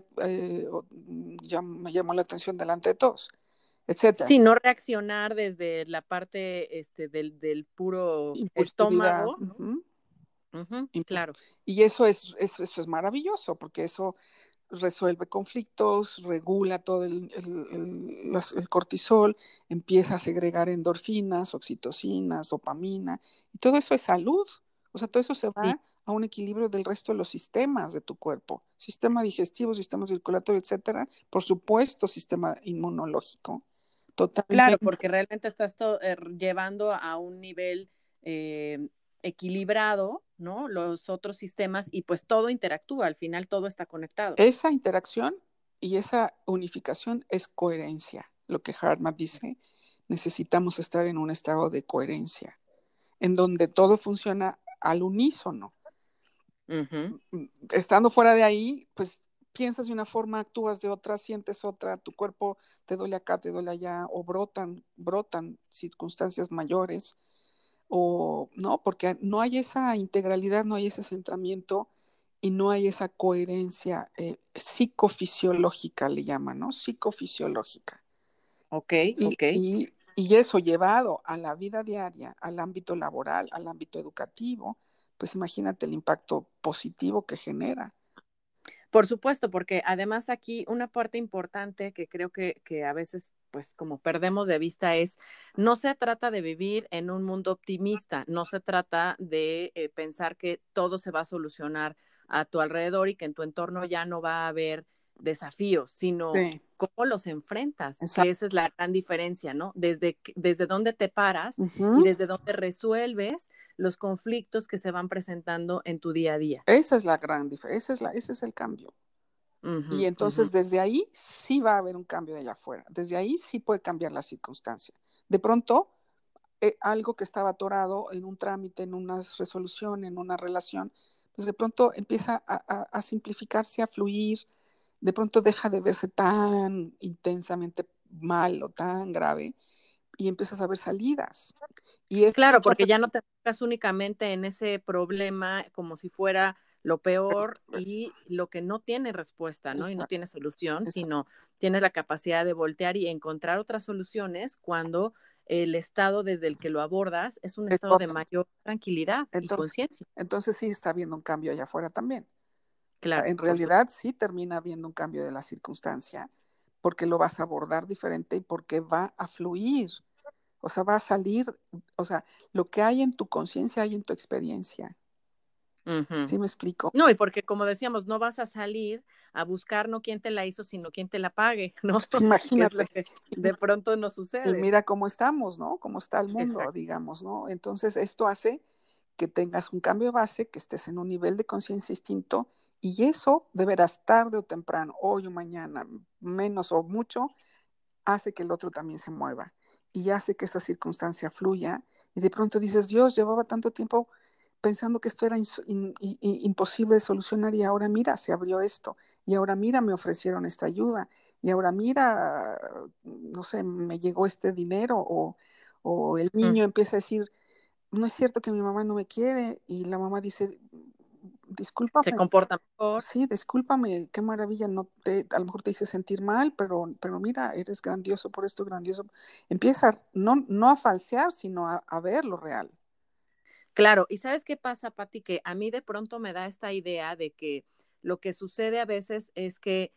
ya me llamó la atención delante de todos, etcétera. Sí, no reaccionar desde la parte del puro Impulsividad. estómago, ¿no? Ujú. Ujú, Impu- claro, Y eso es maravilloso, porque eso resuelve conflictos, regula todo el cortisol, empieza a segregar endorfinas, oxitocinas, dopamina, y todo eso es salud. O sea, todo eso se sí. va a un equilibrio del resto de los sistemas de tu cuerpo, sistema digestivo, sistema circulatorio, etcétera. Por supuesto, sistema inmunológico. Claro, Totalmente. porque realmente estás llevando a un nivel eh, equilibrado, ¿no? Los otros sistemas y pues todo interactúa, al final todo está conectado. Esa interacción y esa unificación es coherencia. Lo que Hartman dice, necesitamos estar en un estado de coherencia, en donde todo funciona al unísono. Ujú. Estando fuera de ahí, pues piensas de una forma, actúas de otra, sientes otra, tu cuerpo te duele acá, te duele allá, o brotan circunstancias mayores, o no, porque no hay esa integralidad, no hay ese centramiento y no hay esa coherencia psicofisiológica, le llaman, ¿no? Psicofisiológica. Ok, Y, ok. y, y eso llevado a la vida diaria, al ámbito laboral, al ámbito educativo, pues imagínate el impacto positivo que genera. Por supuesto, porque además aquí una parte importante que creo que a veces pues como perdemos de vista es, no se trata de vivir en un mundo optimista, no se trata de pensar que todo se va a solucionar a tu alrededor y que en tu entorno ya no va a haber desafíos, sino Sí, cómo los enfrentas, que esa exacto. es la gran diferencia, ¿no? Desde dónde te paras y Ujú. desde dónde resuelves los conflictos que se van presentando en tu día a día. Esa es la gran diferencia, ese es el cambio. Y Ujú, ujú. entonces desde ahí sí va a haber un cambio de allá afuera, desde ahí sí puede cambiar la circunstancia. De pronto, algo que estaba atorado en un trámite, en una resolución, en una relación, pues de pronto empieza a simplificarse, a fluir, de pronto deja de verse tan intensamente mal o tan grave y empiezas a ver salidas. Y eso Claro, pasa, porque ya no te enfocas únicamente en ese problema como si fuera lo peor y lo que no tiene respuesta, ¿no? Y no exacto, tiene solución, exacto. sino tienes la capacidad de voltear y encontrar otras soluciones cuando el estado desde el que lo abordas es un Es estado de otro. mayor tranquilidad y Entonces, conciencia. entonces sí está habiendo un cambio allá afuera también. Claro, En por supuesto. realidad sí termina habiendo un cambio de la circunstancia porque lo vas a abordar diferente y porque va a fluir, o sea, va a salir, o sea, lo que hay en tu conciencia hay en tu experiencia. Ujú. ¿Sí me explico? No, y porque como decíamos, no vas a salir a buscar no quién te la hizo, sino quién te la pague, ¿no? Que es lo Imagínate. que de pronto nos Y sucede. mira cómo estamos, ¿no? Cómo está el mundo, Exacto. digamos, ¿no? Entonces, esto hace que tengas un cambio de base, que estés en un nivel de conciencia distinto, y eso deberás tarde o temprano, hoy o mañana, menos o mucho, hace que el otro también se mueva y hace que esa circunstancia fluya. Y de pronto dices, Dios, llevaba tanto tiempo pensando que esto era imposible de solucionar y ahora mira, se abrió esto. Y ahora mira, me ofrecieron esta ayuda. Y ahora mira, no sé, me llegó este dinero o el Mm. niño empieza a decir, no es cierto que mi mamá no me quiere. Y la mamá dice, Se discúlpame, comporta mejor. sí, discúlpame, qué maravilla, no te, a lo mejor te hice sentir mal, pero mira, eres grandioso por esto, grandioso. Empieza no a falsear, sino a ver lo real. Claro, y ¿sabes qué pasa, Pati? Que a mí de pronto me da esta idea de que lo que sucede a veces es que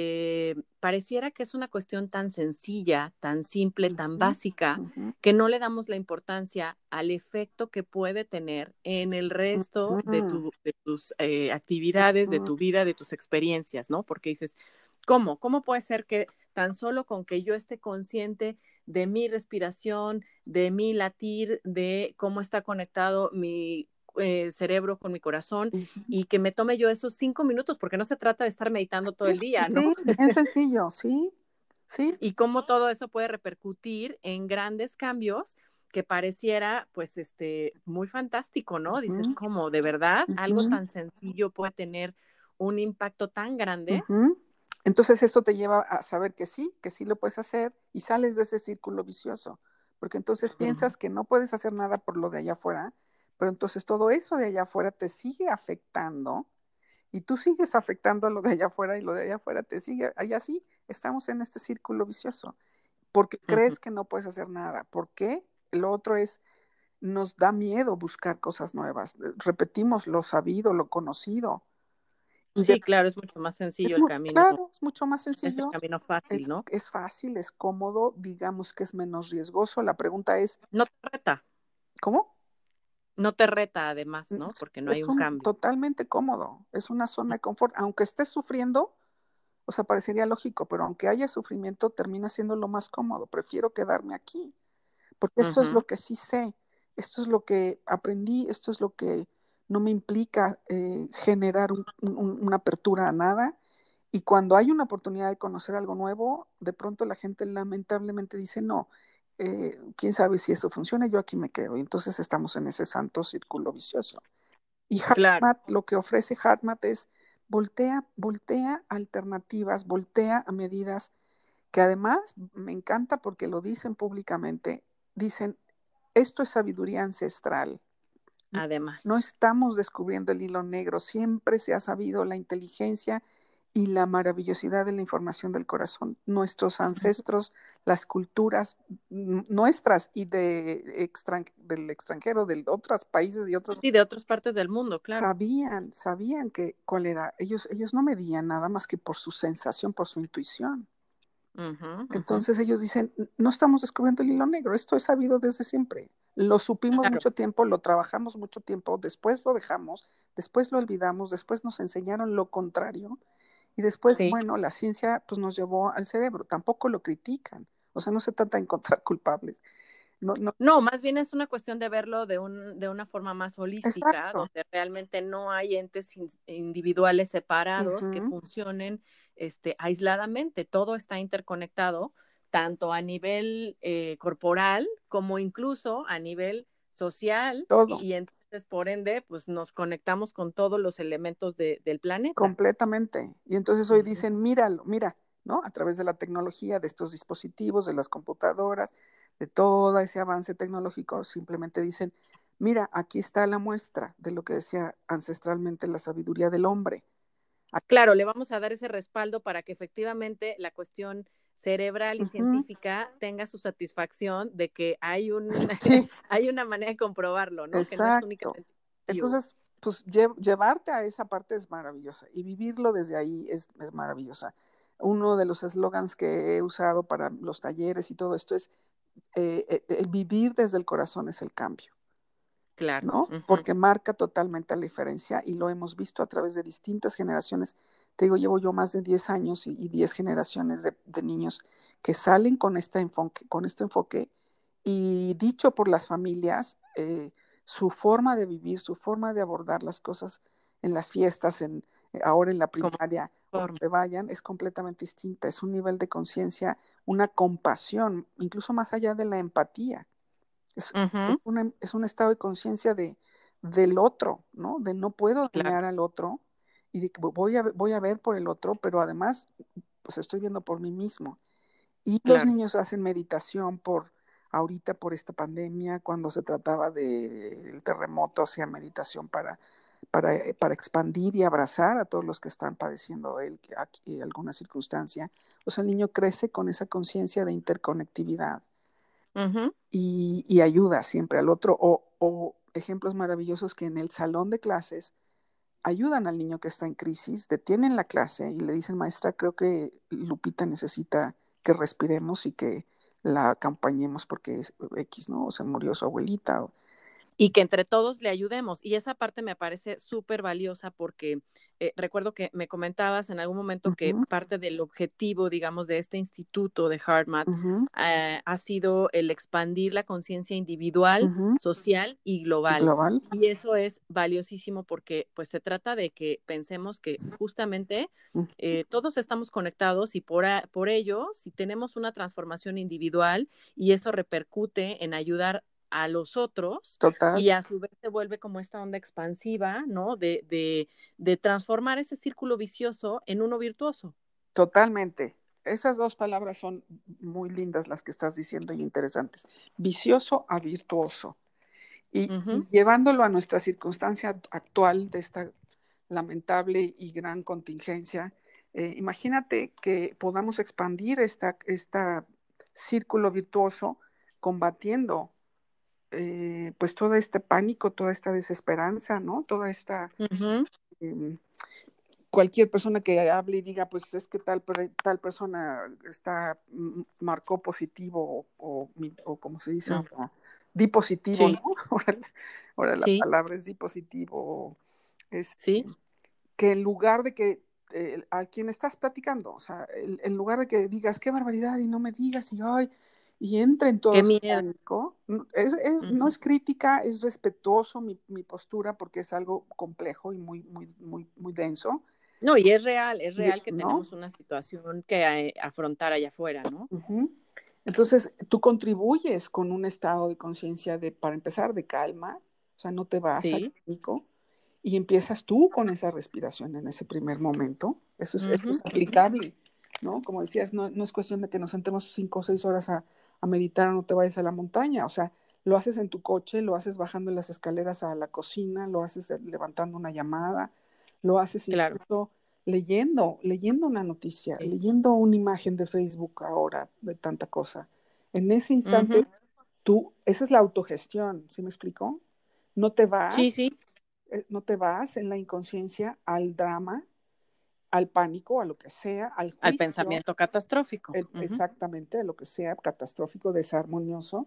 pareciera que es una cuestión tan sencilla, tan simple, tan Ujú, básica, ujú, que no le damos la importancia al efecto que puede tener en el resto ujú, de tus actividades, de ujú, tu vida, de tus experiencias, ¿no? Porque dices, ¿cómo? ¿Cómo puede ser que tan solo con que yo esté consciente de mi respiración, de mi latir, de cómo está conectado mi cerebro con mi corazón ujú. y que me tome yo esos 5 minutos, porque no se trata de estar meditando todo Sí, el día, ¿no? sí, bien sencillo, sí, sí. Y cómo todo eso puede repercutir en grandes cambios que pareciera, pues, muy fantástico, ¿no? Dices, Ujú, ¿cómo? ¿De verdad? Algo ujú, tan sencillo puede tener un impacto tan grande. ujú. Entonces eso te lleva a saber que sí lo puedes hacer y sales de ese círculo vicioso, porque entonces Ujú, piensas que no puedes hacer nada por lo de allá afuera, pero entonces todo eso de allá afuera te sigue afectando y tú sigues afectando a lo de allá afuera y lo de allá afuera te sigue, y así estamos en este círculo vicioso, porque ujú. crees que no puedes hacer nada, porque lo otro es, nos da miedo buscar cosas nuevas, repetimos lo sabido, lo conocido, y de Sí, claro, es mucho más sencillo el camino, claro, es mucho más es el sencillo, camino fácil, ¿no? es fácil, es cómodo, digamos que es menos riesgoso. La pregunta es, No te reta, ¿cómo? no te reta además, ¿no? Porque no hay Es un un cambio. totalmente cómodo, es una zona de confort, aunque estés sufriendo, o sea, parecería lógico, pero aunque haya sufrimiento, termina siendo lo más cómodo. Prefiero quedarme aquí, porque esto es Ujú. lo que sí sé, esto es lo que aprendí, esto es lo que no me implica generar una apertura a nada. Y cuando hay una oportunidad de conocer algo nuevo, de pronto la gente lamentablemente dice, no, quién sabe si eso funciona, yo aquí me quedo. Y entonces estamos en ese santo círculo vicioso. Y Claro, HeartMath, lo que ofrece HeartMath es voltea alternativas, voltea a medidas que además me encanta porque lo dicen públicamente. Dicen, esto es sabiduría ancestral. No además. estamos descubriendo el hilo negro, siempre se ha sabido la inteligencia y la maravillosidad de la información del corazón. Nuestros ancestros, las culturas nuestras y del extranjero, de otros países y otros, Sí, de otras partes del mundo, claro. sabían que cuál era. Ellos no medían nada más que por su sensación, por su intuición. Ujú, ujú. Entonces ellos dicen, no estamos descubriendo el hilo negro, esto es sabido desde siempre. Lo supimos Claro, mucho tiempo, lo trabajamos mucho tiempo, después lo dejamos, después lo olvidamos, después nos enseñaron lo contrario y después, sí. bueno, la ciencia pues nos llevó al cerebro, tampoco lo critican, o sea, no se trata de encontrar culpables, no, no, No, más bien es una cuestión de verlo de una forma más holística, exacto. donde realmente no hay entes individuales separados que Ujú, funcionen aisladamente. Todo está interconectado, tanto a nivel corporal como incluso a nivel social, todo, y entonces, por ende, pues nos conectamos con todos los elementos del planeta. completamente. Y entonces hoy Ujú. dicen, míralo, mira, ¿no? A través de la tecnología, de estos dispositivos, de las computadoras, de todo ese avance tecnológico, simplemente dicen, mira, aquí está la muestra de lo que decía ancestralmente la sabiduría del hombre. Claro, le vamos a dar ese respaldo para que efectivamente la cuestión cerebral y Ujú, científica tenga su satisfacción de que hay sí, hay una manera de comprobarlo, ¿no? Que no es exacto. únicamente intuitivo. Entonces, pues llevarte a esa parte es maravillosa y vivirlo desde ahí es maravillosa. Uno de los eslogans que he usado para los talleres y todo esto es el vivir desde el corazón es el cambio. Claro. ¿no? Porque marca totalmente la diferencia y lo hemos visto a través de distintas generaciones. Te digo, llevo yo más de 10 años y 10 generaciones de niños que salen con este enfoque y dicho por las familias, su forma de vivir, su forma de abordar las cosas en las fiestas, ahora en la Como primaria o forma. donde vayan, es completamente distinta. Es un nivel de conciencia, una compasión, incluso más allá de la empatía. Es un estado de conciencia del otro, ¿no? De no puedo Claro. dañar al otro y de que voy a ver por el otro, pero además, pues estoy viendo por mí mismo. Y los Claro. niños hacen meditación ahorita por esta pandemia, cuando se trataba del terremoto, hacían meditación para expandir y abrazar a todos los que están padeciendo aquí alguna circunstancia. O sea, el niño crece con esa conciencia de interconectividad y ayuda siempre al otro, o ejemplos maravillosos que en el salón de clases ayudan al niño que está en crisis, detienen la clase y le dicen, maestra, creo que Lupita necesita que respiremos y que la acompañemos porque es X, ¿no? O sea, murió su abuelita. Y que entre todos le ayudemos. Y esa parte me parece súper valiosa porque recuerdo que me comentabas en algún momento que parte del objetivo, digamos, de este instituto de HeartMath ha sido el expandir la conciencia individual, social y global. Y eso es valiosísimo porque pues se trata de que pensemos que justamente todos estamos conectados y por ello, si tenemos una transformación individual y eso repercute en ayudar a los otros, Total. y a su vez se vuelve como esta onda expansiva, ¿no? De transformar ese círculo vicioso en uno virtuoso. Totalmente. Esas dos palabras son muy lindas las que estás diciendo y interesantes. Vicioso a virtuoso. Y llevándolo a nuestra circunstancia actual de esta lamentable y gran contingencia, imagínate que podamos expandir esta círculo virtuoso combatiendo pues todo este pánico, toda esta desesperanza, ¿no? Toda esta eh, cualquier persona que hable y diga, pues es que tal persona marcó positivo o como se dice ahora, di positivo, Sí. ¿no? Ahora la Sí. palabra es di positivo. Sí. Que en lugar de que a quien estás platicando, o sea, en lugar de que digas qué barbaridad y no me digas y ay, y entra en todo Qué su miedo. pánico, no es crítica, es respetuoso mi postura porque es algo complejo y muy denso. No, y es real que ¿No? tenemos una situación que afrontar allá afuera, ¿no? Entonces, tú contribuyes con un estado de conciencia para empezar, de calma, o sea, no te vas al Sí. pánico y empiezas tú con esa respiración en ese primer momento. Eso es aplicable, ¿no? Como decías, no es cuestión de que nos sentemos 5 o 6 horas a meditar o no te vayas a la montaña, o sea, lo haces en tu coche, lo haces bajando las escaleras a la cocina, lo haces levantando una llamada, lo haces Claro. incluso leyendo una noticia, Sí. leyendo una imagen de Facebook ahora, de tanta cosa. En ese instante, esa es la autogestión, ¿sí me explico? No te Sí, vas, sí. no te vas en la inconsciencia al drama, al pánico, a lo que sea, al Al juicio, pensamiento catastrófico. exactamente, a lo que sea catastrófico, desarmonioso.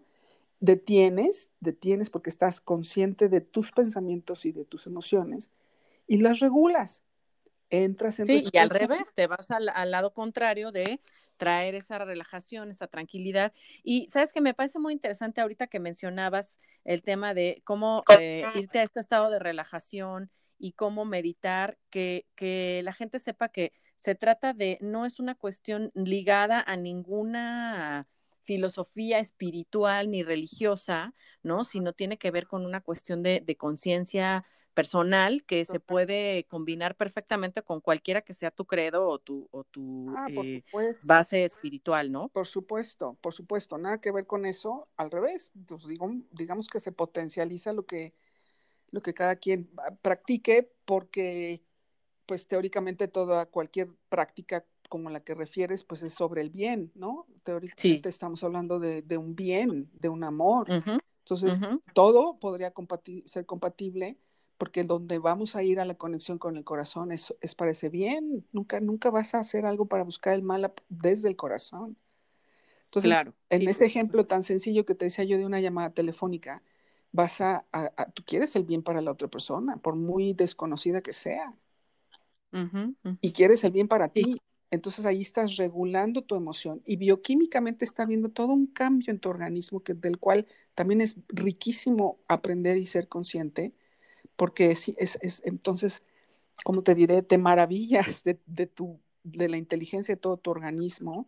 Detienes porque estás consciente de tus pensamientos y de tus emociones y las regulas. Entras en Sí, y al respiración. revés, te vas al lado contrario de traer esa relajación, esa tranquilidad. Y sabes que me parece muy interesante ahorita que mencionabas el tema de cómo irte a este estado de relajación y cómo meditar, que la gente sepa que se trata de, no es una cuestión ligada a ninguna filosofía espiritual ni religiosa, ¿no? Sino tiene que ver con una cuestión de conciencia personal que se puede combinar perfectamente con cualquiera que sea tu credo o tu Por supuesto. base espiritual, ¿no? Por supuesto, nada que ver con eso, al revés, pues digamos que se potencializa lo que cada quien practique, porque pues teóricamente cualquier práctica como la que refieres, pues es sobre el bien, ¿no? Sí. Teóricamente estamos hablando de un bien, de un amor. Entonces, Ujú. todo podría ser compatible porque donde vamos a ir a la conexión con el corazón es para ese bien. Nunca vas a hacer algo para buscar el mal desde el corazón. Entonces, Claro, en sí, ese por ejemplo supuesto. tan sencillo que te decía yo de una llamada telefónica, tú quieres el bien para la otra persona, por muy desconocida que sea, y quieres el bien para Sí, ti. Entonces ahí estás regulando tu emoción y bioquímicamente está habiendo todo un cambio en tu organismo del cual también es riquísimo aprender y ser consciente, porque entonces, como te diré, te maravillas de la inteligencia de todo tu organismo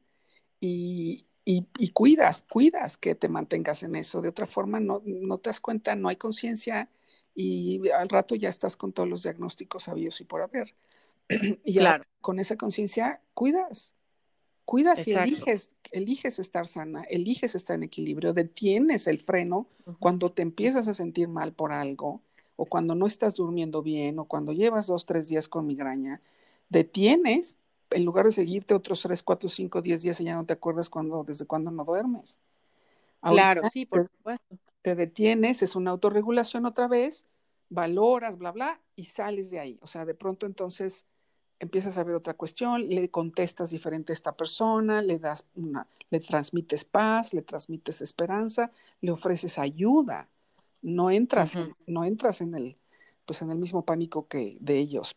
y cuidas que te mantengas en eso. De otra forma, no te das cuenta, no hay conciencia y al rato ya estás con todos los diagnósticos habidos y por haber. Y ahora claro, con esa conciencia cuidas y exacto. eliges estar sana, eliges estar en equilibrio, detienes el freno Ujú, cuando te empiezas a sentir mal por algo, o cuando no estás durmiendo bien, o cuando llevas 2, 3 días con migraña, detienes en lugar de seguirte otros 3, 4, 5, 10 días y ya no te acuerdas desde cuándo no duermes. claro, Ahorita sí, por supuesto. te detienes, es una autorregulación otra vez, valoras, bla, bla, y sales de ahí. O sea, de pronto entonces empiezas a ver otra cuestión, le contestas diferente a esta persona, le transmites paz, le transmites esperanza, le ofreces ayuda. Ujú. No entras pues en el mismo pánico que de ellos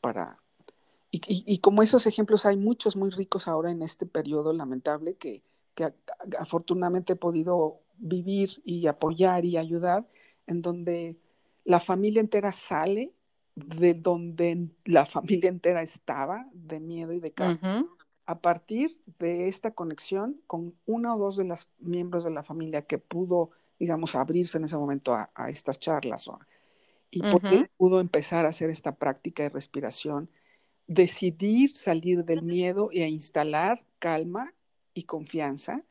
y como esos ejemplos hay muchos muy ricos ahora en este periodo lamentable que afortunadamente he podido vivir y apoyar y ayudar, en donde la familia entera sale de donde la familia entera estaba, de miedo y de caos, Ujú, a partir de esta conexión con una o dos de las miembros de la familia que pudo, digamos, abrirse en ese momento a estas charlas y ujú. pudo empezar a hacer esta práctica de respiración, decidir salir del miedo y a instalar calma y confianza.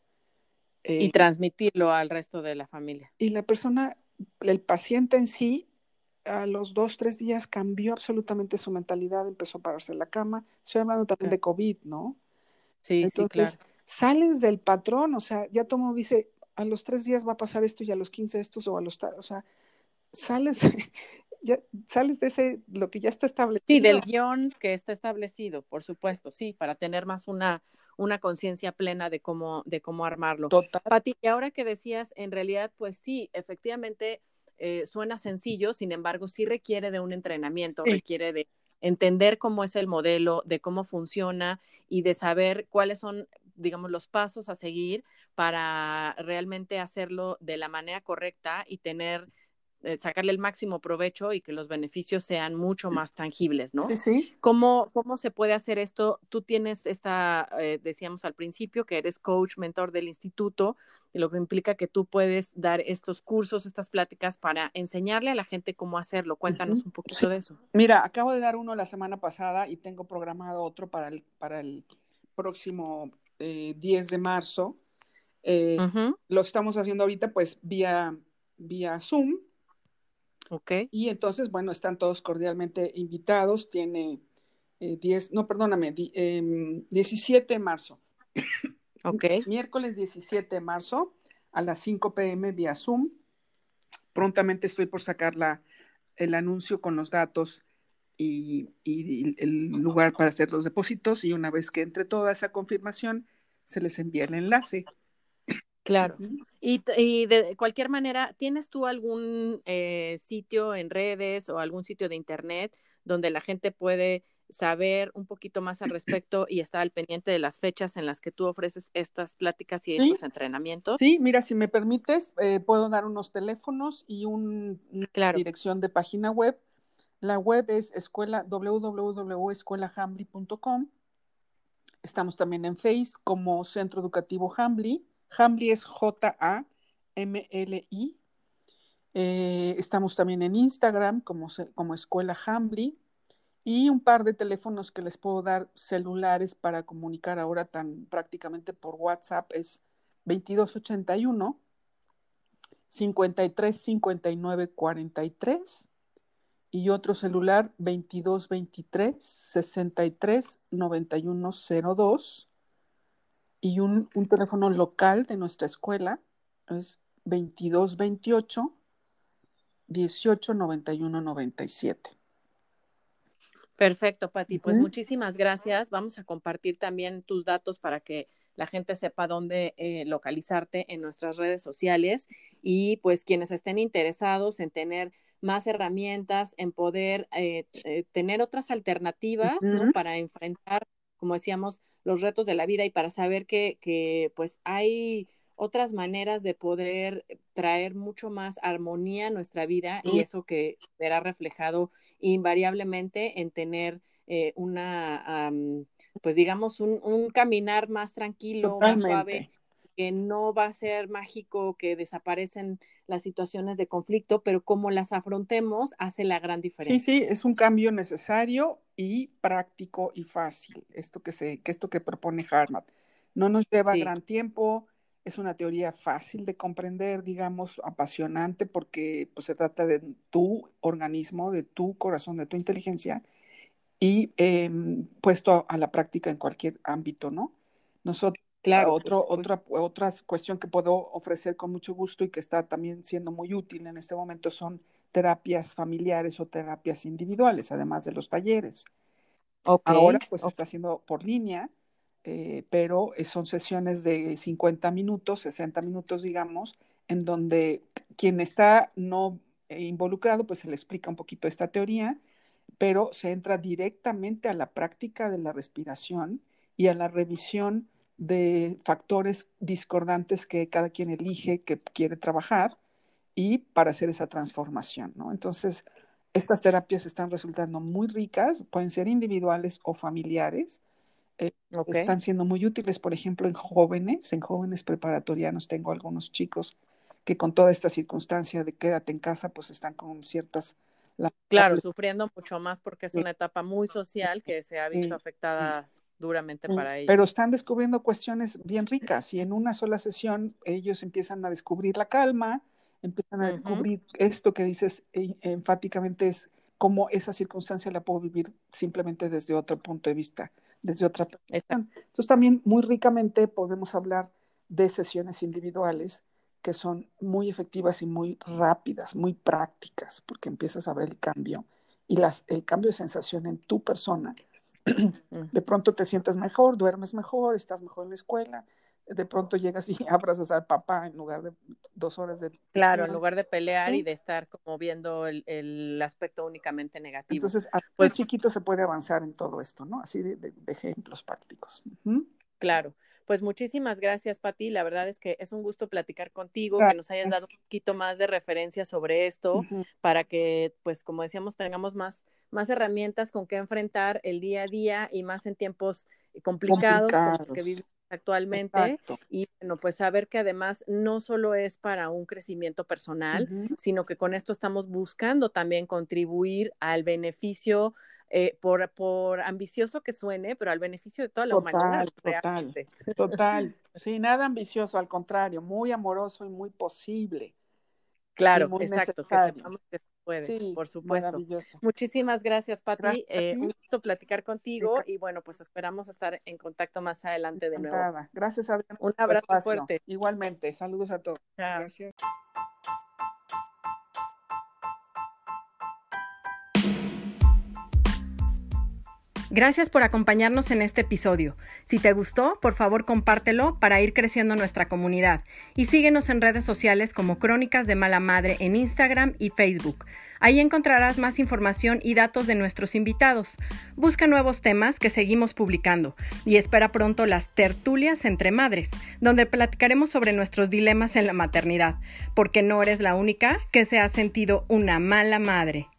Y eh, transmitirlo al resto de la familia. y la persona, el paciente en sí, a los 2, 3 días cambió absolutamente su mentalidad, empezó a pararse en la cama. Estoy hablando también Ok. de COVID, ¿no? Sí, sí, Entonces, claro. sales del patrón, o sea, ya todo mundo dice, a los 3 días va a pasar esto y a los 15 estos o sea, sales, ya sales de lo que ya está Sí, establecido. del guión que está establecido, por supuesto, sí, para tener más una conciencia plena de cómo armarlo. Total. Pati, y ahora que decías, en realidad, pues sí, efectivamente suena sencillo, sin embargo, sí requiere de un entrenamiento, Sí, requiere de entender cómo es el modelo, de cómo funciona y de saber cuáles son, digamos, los pasos a seguir para realmente hacerlo de la manera correcta y tener sacarle el máximo provecho y que los beneficios sean mucho más tangibles, ¿no? sí, sí. ¿Cómo se puede hacer esto? Tú tienes decíamos al principio, que eres coach, mentor del instituto, y lo que implica que tú puedes dar estos cursos, estas pláticas para enseñarle a la gente cómo hacerlo. Ujú. Cuéntanos un Sí. poquito de eso. Mira, acabo de dar uno la semana pasada y tengo programado otro para el próximo 10 de marzo. Eh, Ujú, lo estamos haciendo ahorita pues vía Zoom ok, y entonces, bueno, están todos cordialmente invitados. Tiene 10, no, perdóname, 17 de marzo. ok, Miércoles 17 de marzo a las 5 p.m. vía Zoom. Prontamente estoy por sacar el anuncio con los datos y el lugar para hacer los depósitos y una vez que entre toda esa confirmación, se les envía el enlace. claro. Ujú. Y de cualquier manera, ¿tienes tú algún sitio en redes o algún sitio de internet donde la gente puede saber un poquito más al respecto y estar al pendiente de las fechas en las que tú ofreces estas pláticas y Sí, estos entrenamientos? sí, mira, si me permites, puedo dar unos teléfonos y una Claro, dirección de página web. La web es www.escuelahambly.com. Estamos también en Face como Centro Educativo Hambly. Hambly es Jamli. Estamos también en Instagram como Escuela Hambly y un par de teléfonos que les puedo dar celulares para comunicar ahora tan prácticamente por WhatsApp es 2281 53 59 43 y otro celular 2223 63 9102 y un teléfono local de nuestra escuela es 2228 18 91 97. perfecto, Pati. Pues Ujú. muchísimas gracias. Vamos a compartir también tus datos para que la gente sepa dónde localizarte en nuestras redes sociales y pues quienes estén interesados en tener más herramientas, en poder tener otras alternativas, ¿no? Para enfrentar, como decíamos, los retos de la vida y para saber que pues hay otras maneras de poder traer mucho más armonía a nuestra vida y eso que verá reflejado invariablemente en tener pues digamos, un caminar más tranquilo, Totalmente. más suave, que no va a ser mágico, que desaparecen las situaciones de conflicto, pero como las afrontemos hace la gran diferencia. Sí, sí, es un cambio necesario y práctico y fácil, esto que propone Harmat. No nos lleva gran tiempo, es una teoría fácil de comprender, digamos, apasionante, porque pues, se trata de tu organismo, de tu corazón, de tu inteligencia, y puesto a la práctica en cualquier ámbito, ¿no? Nosotros, claro, otra cuestión que puedo ofrecer con mucho gusto y que está también siendo muy útil en este momento son terapias familiares o terapias individuales, además de los talleres. Ahora pues está haciendo por línea, pero son sesiones de 50 minutos, 60 minutos, digamos, en donde quien está no involucrado, pues se le explica un poquito esta teoría, pero se entra directamente a la práctica de la respiración y a la revisión de factores discordantes que cada quien elige, que quiere trabajar, y para hacer esa transformación, ¿no? Entonces, estas terapias están resultando muy ricas, pueden ser individuales o familiares, están siendo muy útiles, por ejemplo, en jóvenes preparatorianos. Tengo algunos chicos que con toda esta circunstancia de quédate en casa, pues están con ciertas... Claro, sufriendo mucho más porque es una etapa muy social que se ha visto afectada duramente para ellos. Pero están descubriendo cuestiones bien ricas y en una sola sesión ellos empiezan a descubrir la calma, empiezan a descubrir esto que dices enfáticamente es cómo esa circunstancia la puedo vivir simplemente desde otro punto de vista, desde otra percepción. Entonces también muy ricamente podemos hablar de sesiones individuales que son muy efectivas y muy rápidas, muy prácticas, porque empiezas a ver el cambio y el cambio de sensación en tu persona. De pronto te sientes mejor, duermes mejor, estás mejor en la escuela, de pronto llegas y abrazas al papá en lugar de 2 horas de... Claro, en lugar de pelear y de estar como viendo el aspecto únicamente negativo. Entonces, pues chiquito se puede avanzar en todo esto, ¿no? Así de ejemplos prácticos. Claro. Pues muchísimas gracias, Pati. La verdad es que es un gusto platicar contigo, que nos hayas dado un poquito más de referencia sobre esto, para que, pues, como decíamos, tengamos más herramientas con que enfrentar el día a día y más en tiempos complicados como los que vivimos actualmente. Exacto. Y bueno, pues saber que además no solo es para un crecimiento personal, sino que con esto estamos buscando también contribuir al beneficio, por ambicioso que suene, pero al beneficio de toda la humanidad. Total. Sí, nada ambicioso, al contrario, muy amoroso y muy posible. Claro, muy exacto, necesario. Que sepamos que se puede, sí, por supuesto. Maravilloso. Muchísimas gracias, Pati. Un gusto platicar contigo y bueno, pues esperamos estar en contacto más adelante de nuevo. Gracias, Adriana. Un abrazo fuerte. Igualmente, saludos a todos. Chao. Gracias. Gracias por acompañarnos en este episodio. Si te gustó, por favor compártelo para ir creciendo nuestra comunidad y síguenos en redes sociales como Crónicas de Mala Madre en Instagram y Facebook. Ahí encontrarás más información y datos de nuestros invitados. Busca nuevos temas que seguimos publicando y espera pronto las tertulias entre madres, donde platicaremos sobre nuestros dilemas en la maternidad, porque no eres la única que se ha sentido una mala madre.